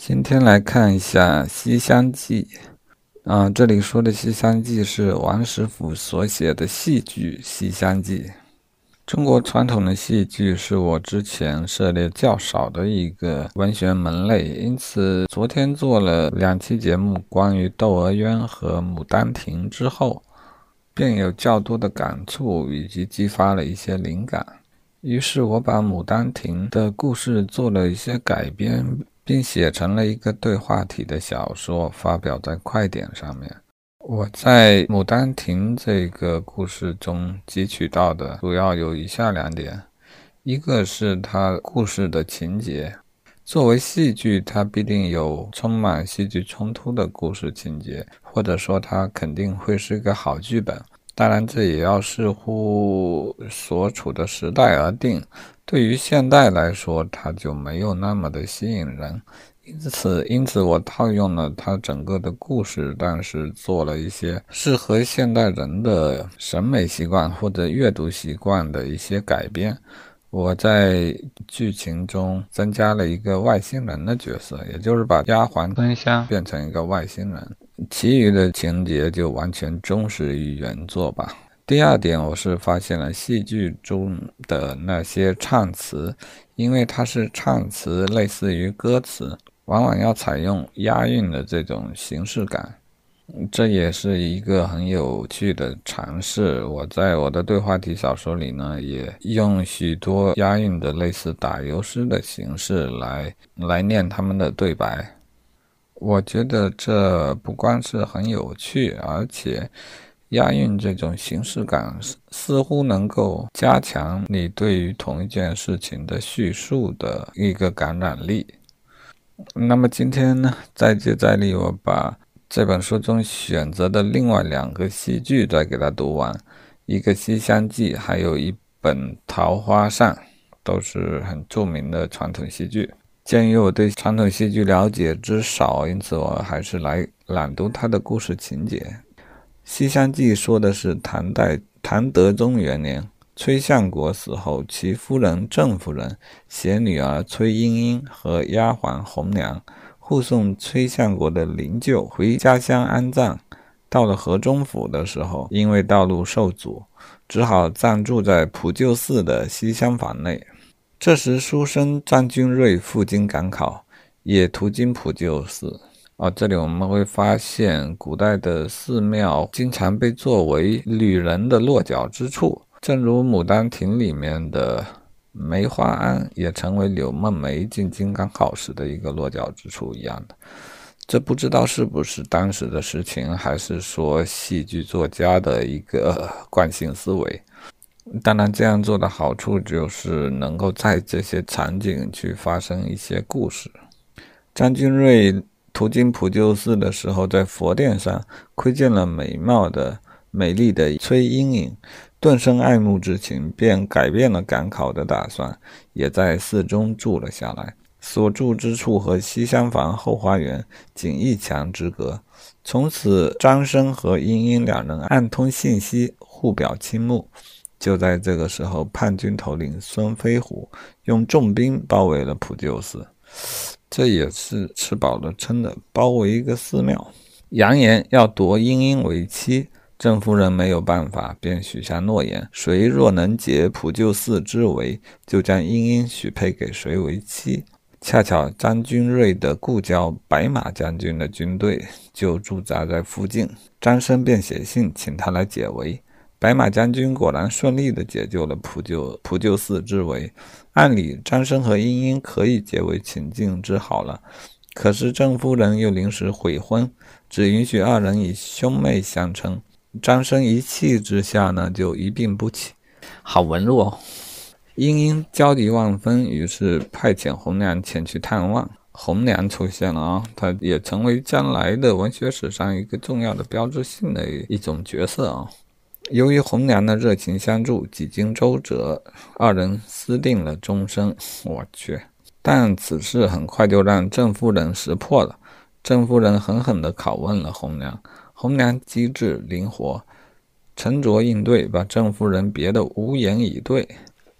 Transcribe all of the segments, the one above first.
今天来看一下《西厢记》这里说的《西厢记》是王实甫所写的戏剧《西厢记》。中国传统的戏剧是我之前涉猎较少的一个文学门类，因此昨天做了2期节目关于《窦娥冤》和《牡丹亭》之后，便有较多的感触以及激发了一些灵感。于是我把《牡丹亭》的故事做了一些改编，并写成了一个对话体的小说，发表在快点上面。我在《牡丹亭》这个故事中汲取到的主要有以下2点。一个是它故事的情节，作为戏剧，它必定有充满戏剧冲突的故事情节，或者说它肯定会是一个好剧本。当然这也要视乎所处的时代而定，对于现代来说它就没有那么的吸引人，因此我套用了它整个的故事，但是做了一些适合现代人的审美习惯或者阅读习惯的一些改编。我在剧情中增加了一个外星人的角色，也就是把丫鬟春香变成一个外星人，其余的情节就完全忠实于原作吧。第二点，我是发现了戏剧中的那些唱词，因为它是唱词类似于歌词，往往要采用押韵的这种形式感，这也是一个很有趣的尝试。我在我的对话体小说里呢，也用许多押韵的类似打油诗的形式来念他们的对白。我觉得这不光是很有趣，而且押韵这种形式感似乎能够加强你对于同一件事情的叙述的一个感染力。那么今天呢，再接再厉，我把这本书中选择的另外2个戏剧再给它读完，一个《西厢记》，还有一本《桃花扇》，都是很著名的传统戏剧。鉴于我对传统戏剧了解之少，因此我还是来朗读它的故事情节。《西厢记》说的是唐德宗元年，崔相国死后，其夫人郑夫人携女儿崔莺莺和丫鬟红娘护送崔相国的灵柩回家乡安葬。到了河中府的时候，因为道路受阻，只好暂住在普救寺的西厢房内。这时书生张君瑞赴京赶考，也途经普救寺。这里我们会发现古代的寺庙经常被作为旅人的落脚之处，正如《牡丹亭》里面的梅花庵也成为柳梦梅进京赶考时的一个落脚之处一样的。这不知道是不是当时的实情，还是说戏剧作家的一个惯性思维。当然这样做的好处就是能够在这些场景去发生一些故事。张君瑞途经普救寺的时候，在佛殿上窥见了美丽的崔莺莺，顿生爱慕之情，便改变了赶考的打算，也在寺中住了下来。所住之处和西厢房后花园仅1墙之隔，从此张生和莺莺2人暗通信息，互表倾慕。就在这个时候，叛军头领孙飞虎用重兵包围了普救寺，这也是吃饱了撑的，包围一个寺庙，扬言要夺莺莺为妻。郑夫人没有办法，便许下诺言，谁若能解普救寺之围，就将莺莺许配给谁为妻。恰巧张君瑞的故交白马将军的军队就驻扎在附近，张生便写信请他来解围。白马将军果然顺利地解救了普救寺之围。按理张生和莺莺可以结为秦晋之好了，可是郑夫人又临时悔婚，只允许2人以兄妹相称。张生一气之下呢，就一病不起。好文弱哦。莺莺焦急万分，于是派遣红娘前去探望。红娘出现了她也成为将来的文学史上一个重要的标志性的一种角色由于红娘的热情相助，几经周折，2人私定了终生。我去！但此事很快就让郑夫人识破了。郑夫人狠狠地拷问了红娘，红娘机智灵活，沉着应对，把郑夫人别得无言以对。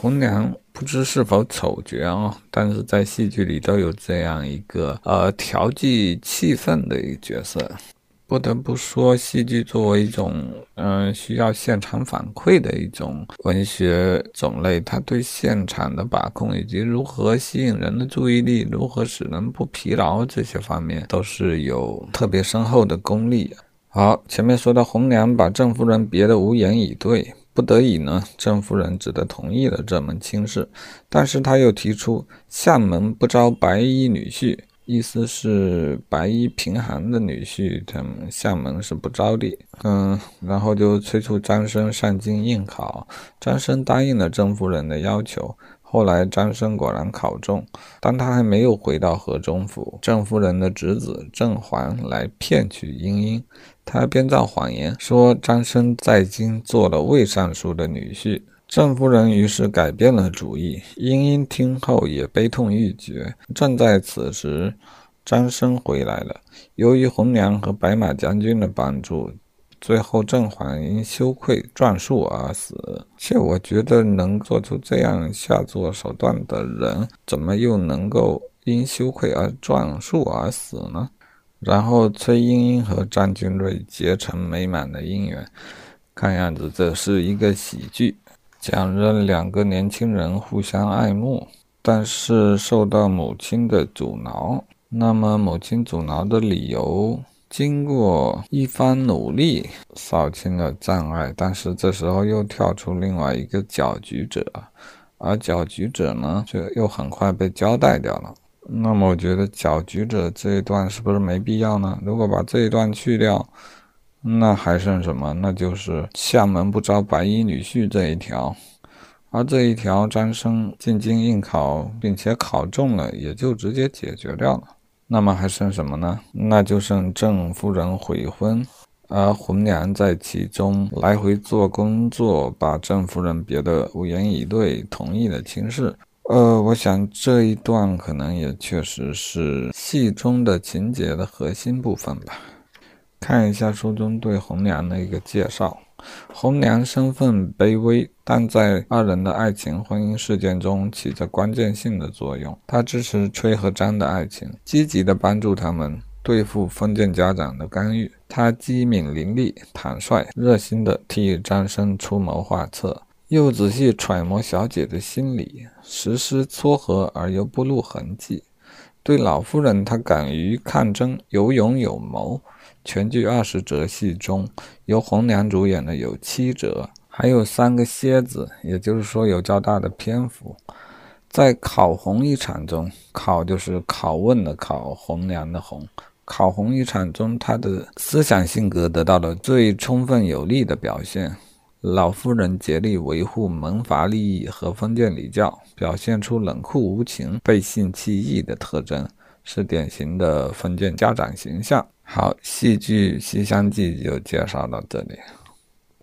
红娘不知是否丑角但是在戏剧里都有这样一个调剂气氛的一个角色。不得不说，戏剧作为一种需要现场反馈的一种文学种类，它对现场的把控以及如何吸引人的注意力，如何使人不疲劳，这些方面都是有特别深厚的功力。好，前面说到红娘把郑夫人别得无言以对，不得已呢，郑夫人只得同意了这门亲事，但是他又提出相门不招白衣女婿，意思是白衣贫寒的女婿他们相门是不招的。然后就催促张生上京应考，张生答应了郑夫人的要求。后来张生果然考中，当他还没有回到河中府，郑夫人的侄子郑桓来骗取莺莺，他编造谎言说张生在京做了魏尚书的女婿。郑夫人于是改变了主意，莺莺听后也悲痛欲绝。正在此时，张生回来了，由于红娘和白马将军的帮助，最后郑桓因羞愧撞树而死。且我觉得能做出这样下作手段的人，怎么又能够因羞愧而撞树而死呢？然后崔莺莺和张君瑞结成美满的姻缘。看样子这是一个喜剧，讲了两个年轻人互相爱慕，但是受到母亲的阻挠。那么母亲阻挠的理由，经过一番努力扫清了障碍，但是这时候又跳出另外一个搅局者，而搅局者呢，就又很快被交代掉了。那么我觉得搅局者这一段是不是没必要呢？如果把这一段去掉，那还剩什么？那就是相门不招白衣女婿这一条。而这一条张生进京应考并且考中了，也就直接解决掉了。那么还剩什么呢？那就剩郑夫人悔婚，而红娘在其中来回做工作，把郑夫人别得无言以对，同意了亲事。我想这一段可能也确实是戏中的情节的核心部分吧。看一下书中对红娘的一个介绍。红娘身份卑微，但在二人的爱情婚姻事件中起着关键性的作用。她支持崔和张的爱情，积极地帮助他们对付封建家长的干预。她机敏伶俐、坦率、热心地替张生出谋划策，又仔细揣摩小姐的心理，实施撮合而又不露痕迹。对老夫人，她敢于抗争，有勇有谋。全剧20折戏中，由红娘主演的有7折，还有3个蝎子，也就是说有较大的篇幅。在考红一场中，考就是拷问的考，红娘的红。考红一场中，她的思想性格得到了最充分有力的表现。老夫人竭力维护门阀利益和封建礼教，表现出冷酷无情、背信弃义的特征，是典型的封建家长形象。好，戏剧《西厢记》就介绍到这里。